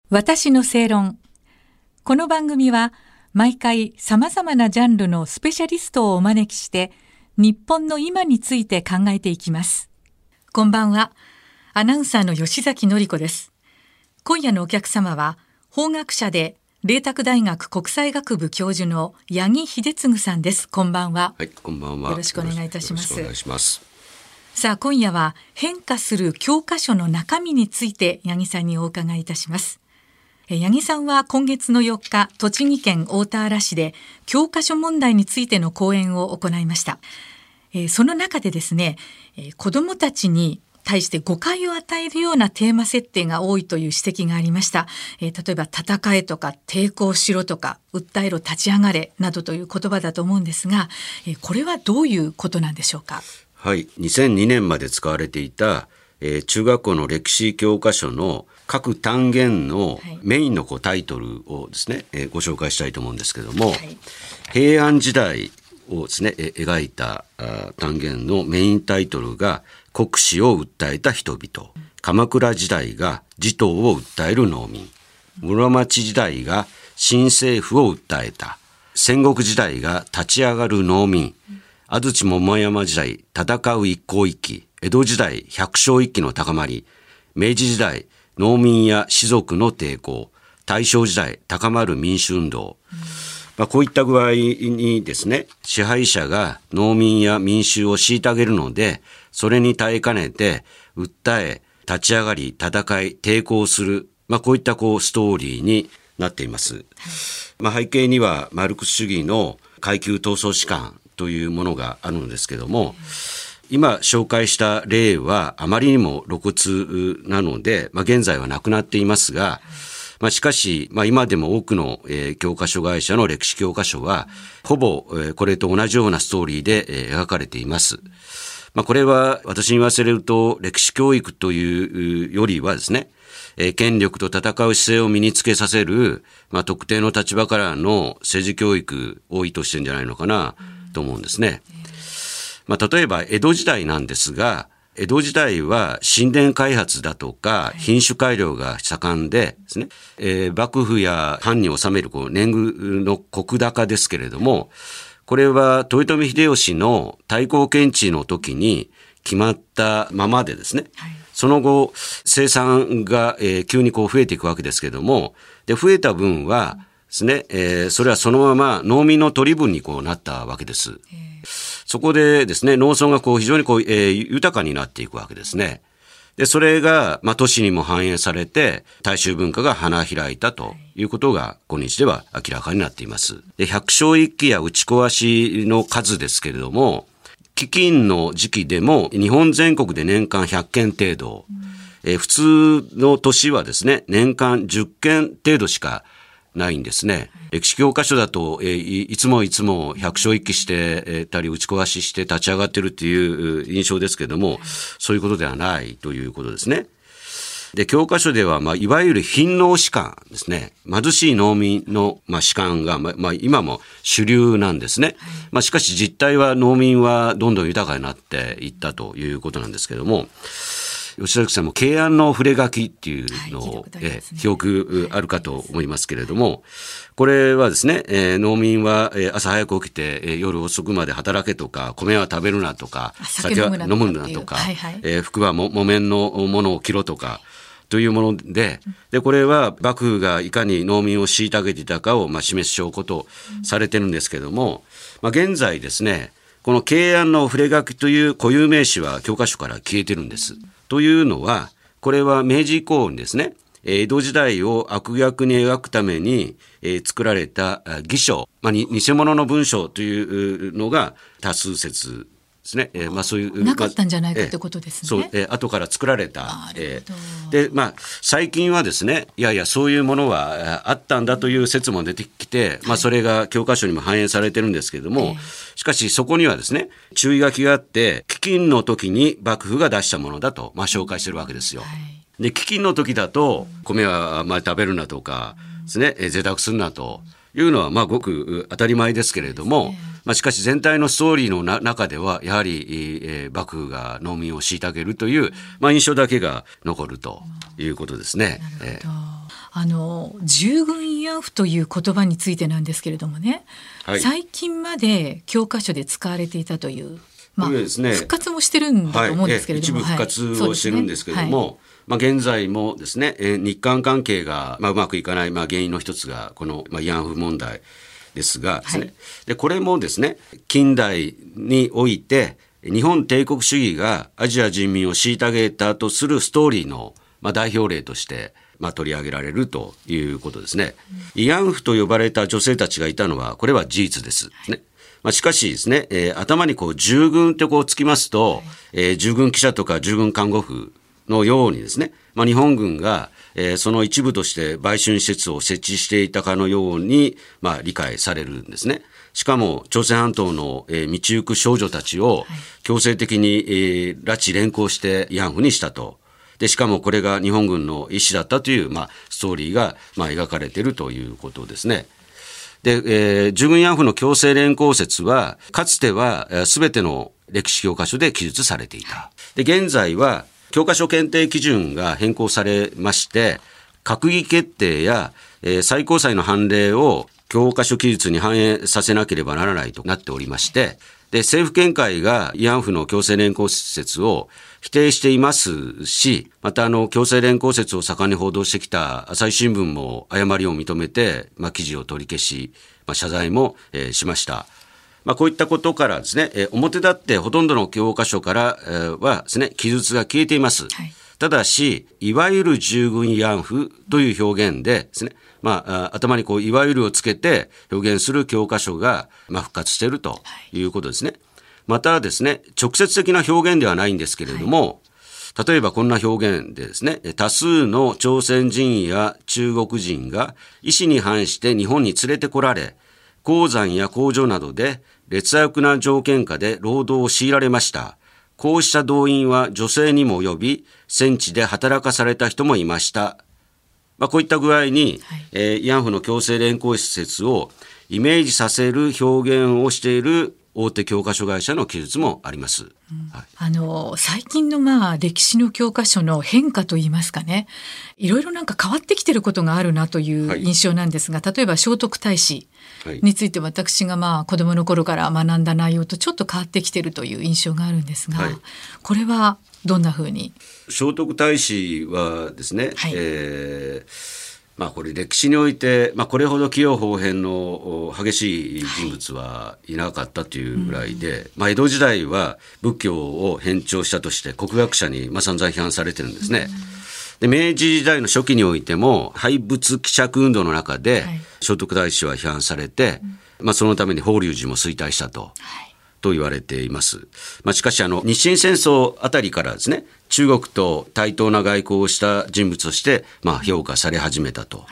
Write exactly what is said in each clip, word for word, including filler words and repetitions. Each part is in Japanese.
私の正論。この番組は毎回さまざまなジャンルのスペシャリストをお招きして日本の今について考えていきます。こんばんは。アナウンサーの吉崎紀子です。今夜のお客様は法学者で麗澤大学国際学部教授の八木秀次さんです。こんばんは。 はい、こんばんは。 よろしくお願いいたします。 よろしくお願いします。 さあ、今夜は変化する教科書の中身について八木さんにお伺いいたします。八木さんは今月のよっか、栃木県大田原市で教科書問題についての講演を行いました。その中でですね、子どもたちに対して誤解を与えるようなテーマ設定が多いという指摘がありました。例えば戦えとか抵抗しろとか訴えろ立ち上がれなどという言葉だと思うんですが、これはどういうことなんでしょうか。 はい、にせんにねんまで使われていた、えー、中学校の歴史教科書の各単元のメインのこうタイトルをですね、えー、ご紹介したいと思うんですけども、はい、平安時代をですね、えー、描いた単元のメインタイトルが国士を訴えた人々、鎌倉時代が持統を訴える農民、室町時代が新政府を訴えた、戦国時代が立ち上がる農民、安土桃山時代戦う一向一揆、江戸時代百姓一揆の高まり、明治時代農民や士族の抵抗、大正時代高まる民主運動、うんまあ、こういった具合にですね、支配者が農民や民衆を虐げるので、それに耐えかねて訴え立ち上がり戦い抵抗する、まあ、こういったこうストーリーになっています、はいまあ、背景にはマルクス主義の階級闘争史観というものがあるのですけども、今紹介した例はあまりにも露骨なので、まあ、現在はなくなっていますが、まあ、しかし、まあ、今でも多くの、えー、教科書会社の歴史教科書はほぼ、えー、これと同じようなストーリーで、えー、描かれています。まあ、これは私に言わせると歴史教育というよりはですね、えー、権力と戦う姿勢を身につけさせる、まあ、特定の立場からの政治教育を意図してるんじゃないのかなと思うんですね。まあ、例えば江戸時代なんですが、江戸時代は神殿開発だとか品種改良が盛んでですね、えー、幕府や藩に納めるこう年貢の石高ですけれども、これは豊臣秀吉の太閤検地の時に決まったままでですね、はい、その後生産が、えー、急にこう増えていくわけですけれども、で増えた分はですね、えー、それはそのまま農民の取り分にこうなったわけです。そこでですね、農村がこう非常にこう、えー、豊かになっていくわけですね。で、それが、まあ、都市にも反映されて、大衆文化が花開いたということが、今日では明らかになっています。で、百姓一揆や打ち壊しの数ですけれども、飢饉の時期でも、日本全国で年間ひゃっけん程度、うんえー、普通の年はですね、年間じゅっけん程度しかないんですね。歴史教科書だと、えー、いつもいつも百姓一揆してたり打ち壊しして立ち上がってるっていう印象ですけれども、そういうことではないということですね。で、教科書では、まあ、いわゆる貧農士官ですね。貧しい農民の、まあ、士官が、まあ、今も主流なんですね。まあ、しかし実態は農民はどんどん豊かになっていったということなんですけれども、吉崎さんも慶安の触れ書きっていうのを、はいね、え記憶あるかと思いますけれども、これはですね、えー、農民は朝早く起きて、えー、夜遅くまで働けとか、米は食べるなとか、酒は飲むなとか、はいはいえー、服はも木綿のものを着ろとか、というもので、で、これは幕府がいかに農民を虐げていたかを、まあ、示す証拠とされてるんですけれども、まあ、現在ですね、この慶安の触れ書きという固有名詞は教科書から消えてるんです。というのは、これは明治以降にですね、江戸時代を悪逆に描くために、えー、作られた偽書、まあ、に偽物の文章というのが多数説ですね。えーまあ、そういうなかったんじゃないかということですね。 そう、えー、後から作られた。えー、で、まあ、最近はですね、いやいや、そういうものはあったんだという説も出てきて、まあ、それが教科書にも反映されてるんですけれども、はい、しかしそこにはですね、注意書きがあって、飢饉の時に幕府が出したものだと、まあ、紹介してるわけですよ。はい、で、飢饉の時だと、米はあまり食べるなとかですね、贅沢するなというのは、まあ、ごく当たり前ですけれども、まあ、しかし全体のストーリーのな中ではやはり、えー、幕府が農民を虐げるという、まあ、印象だけが残るということですね。 なるほど。 あの従軍慰安婦という言葉についてなんですけれどもね、はい、最近まで教科書で使われていたという、まあですね、復活もしてるんだと思うんですけれども、 はい、一部復活をしてるんですけれども、はい、まあ、現在もですね、えー、日韓関係が、まあ、うまくいかない、まあ、原因の一つがこの、まあ、慰安婦問題ですがですね、はい、でこれもですね、近代において日本帝国主義がアジア人民を虐げたとするストーリーの、まあ、代表例としてまあ、取り上げられるということですね。慰安婦と呼ばれた女性たちがいたのはこれは事実ですね。まあ、しかしですね、えー、頭にこう従軍ってこうつきますと、えー、従軍記者とか従軍看護婦のようにですね、まあ、日本軍が、えー、その一部として売春施設を設置していたかのように、まあ、理解されるんですね。しかも朝鮮半島の、えー、道行く少女たちを強制的に、えー、拉致連行して慰安婦にしたと。でしかもこれが日本軍の意思だったという、まあ、ストーリーが、まあ、描かれているということですね。で、えー、従軍慰安婦の強制連行説はかつてはすべての歴史教科書で記述されていた。で現在は教科書検定基準が変更されまして、閣議決定や、えー、最高裁の判例を教科書記述に反映させなければならないとなっておりまして、で政府見解が慰安婦の強制連行説を否定していますし、またあの強制連行説を盛んに報道してきた朝日新聞も誤りを認めて、まあ、記事を取り消し、まあ、謝罪も、えー、しました。まあ、こういったことからですね、えー、表立ってほとんどの教科書から、えー、はですね、記述が消えています。はい、ただし、いわゆる従軍慰安婦という表現でですね、まあ、頭にこういわゆるをつけて表現する教科書が、まあ、復活しているということですね。はい、またですね、直接的な表現ではないんですけれども、はい、例えばこんな表現でですね、多数の朝鮮人や中国人が意思に反して日本に連れてこられ、鉱山や工場などで劣悪な条件下で労働を強いられました。こうした動員は女性にも及び、戦地で働かされた人もいました。まあ、こういった具合に、はい、えー、慰安婦の強制連行施設をイメージさせる表現をしている大手教科書会社の記述もあります。うん、はい、 あの最近のまあ歴史の教科書の変化といいますかね、いろいろなんか変わってきてることがあるなという印象なんですが、はい、例えば聖徳太子について私がまあ子どもの頃から学んだ内容とちょっと変わってきてるという印象があるんですが、はい、これはどんなふうに？ 聖徳太子はですね、はい、えーまあ、これ歴史において、まあ、これほど器用方変の激しい人物はいなかったというぐらいで、はい、まあ、江戸時代は仏教を偏重したとして国学者にまあ散々批判されてるんですね。で明治時代の初期においても廃仏毀釈運動の中で聖徳太子は批判されて、はい、まあ、そのために法隆寺も衰退したと、はい、と言われています。まあ、しかしあの日清戦争あたりからですね、中国と対等な外交をした人物として、まあ、評価され始めたと。はい、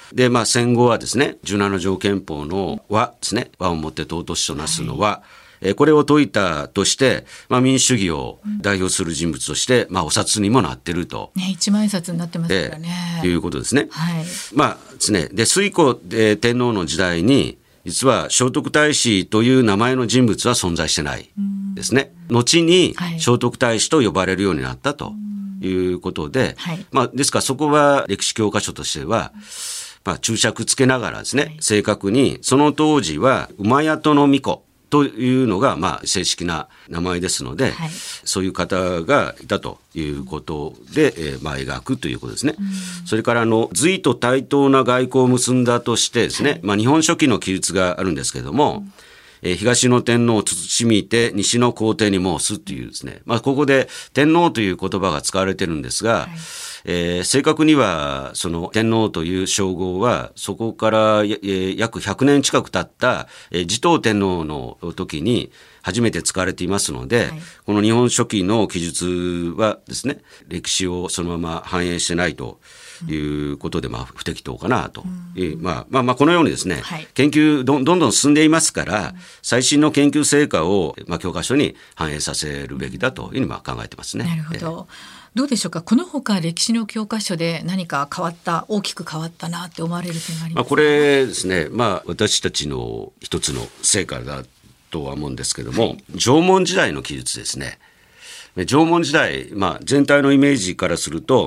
で、まあ、戦後はですね、じゅうなな条憲法の和ですね、和をもって尊しとなすの和、はい、えこれを説いたとして、まあ、民主主義を代表する人物として、まあ、お札にもなっていると、 ね、一万円札になってますからね、 ということですね。 はい、 まあですね、で推古天皇の時代に実は聖徳太子という名前の人物は存在してないですね。後に聖徳太子と呼ばれるようになったということで、はい、まあ、ですからそこは歴史教科書としては、まあ、注釈つけながらですね、はい、正確にその当時は馬宿の巫女というのがまあ正式な名前ですので、はい、そういう方がいたということで、えーまあ、描くということですね。それからあの隋と対等な外交を結んだとしてですね、はい、まあ、日本書紀の記述があるんですけれども、えー、東の天皇を慎みて西の皇帝に申すというですね、まあ、ここで天皇という言葉が使われてるんですが、はい、えー、正確にはその天皇という称号はそこから、えー、約ひゃくねん近く経った、えー、持統天皇の時に初めて使われていますので、はい、この日本書紀の記述はですね、歴史をそのまま反映してないということで、まあ、不適当かなと、うん、まあまあ、まあこのようにですね、はい、研究 ど, どんどん進んでいますから、うん、最新の研究成果を、まあ、教科書に反映させるべきだというふうにまあ考えてますね。 なるほど。どうでしょうか、このほか歴史の教科書で何か変わった大きく変わったなって思われる点がありますか？まあ、 これですね、まあ、私たちの一つの成果だとは思うんですけども、はい、縄文時代の記述ですね。縄文時代、まあ、全体のイメージからすると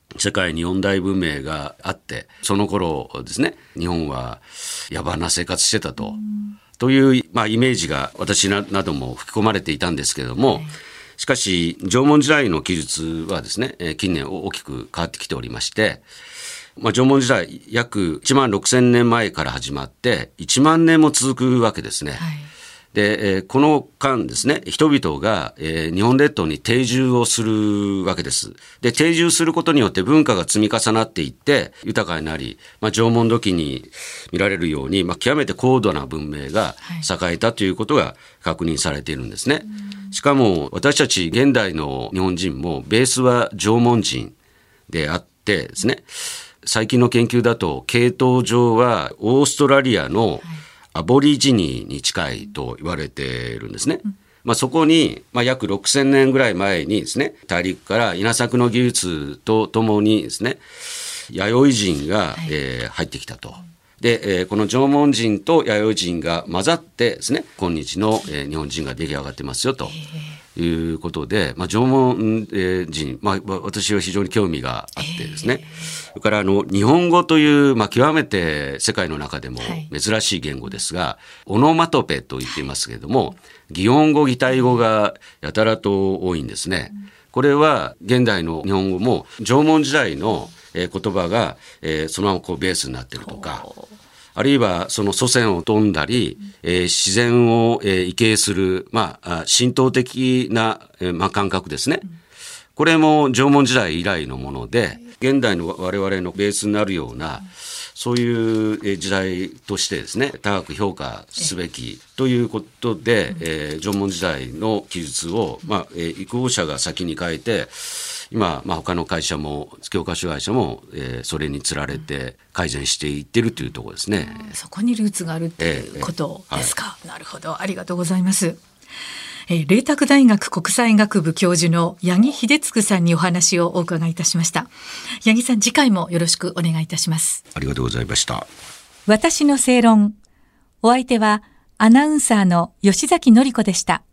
世界に四大文明があって、その頃ですね、日本は野蛮な生活してたと、という、まあ、イメージが私なども吹き込まれていたんですけれども、はい、しかし縄文時代の記述はですね、近年大きく変わってきておりまして、まあ、縄文時代約いちまんろくせんねんまえから始まっていちまんねんも続くわけですね。はい、で、えー、この間ですね、人々が、えー、日本列島に定住をするわけです。で、定住することによって文化が積み重なっていって豊かになり、まあ、縄文土器に見られるように、まあ、極めて高度な文明が栄えたということが確認されているんですね。はい、しかも私たち現代の日本人もベースは縄文人であってですね、最近の研究だと系統上はオーストラリアのアボリジニに近いと言われているんですね。まあ、そこに、まあ、約ろくせんねんぐらい前にですね、大陸から稲作の技術とともにですね、弥生人が、はい、えー、入ってきたと。で、えー、この縄文人と弥生人が混ざってですね、今日の、えー、日本人が出来上がってますよということで、まあ、縄文、えー、人、まあ、私は非常に興味があってですね、それからあの日本語という、まあ、極めて世界の中でも珍しい言語ですが、はい、オノマトペと言っていますけれども、擬音語擬態語がやたらと多いんですね。これは現代の日本語も縄文時代の言葉がそのままこうベースになっているとか、あるいはその祖先を飛んだり、えー、自然を、えー、畏敬する、まあ、神道的な、えーまあ、感覚ですね。これも縄文時代以来のもので、現代の我々のベースになるような、そういう時代としてですね、高く評価すべきということで、えー、縄文時代の記述を、まあえー、移行者が先に書いて、今、まあ、他の会社も教科書会社も、えー、それにつられて改善していってるというところですね。 そこにルーツがあるっていうことですか。えーえーはい、なるほど、ありがとうございます。えー、麗澤大学国際学部教授の八木秀嗣さんにお話をお伺いいたしました。八木さん、次回もよろしくお願いいたします。 ありがとうございました。 私の正論。お相手はアナウンサーの吉崎典子でした。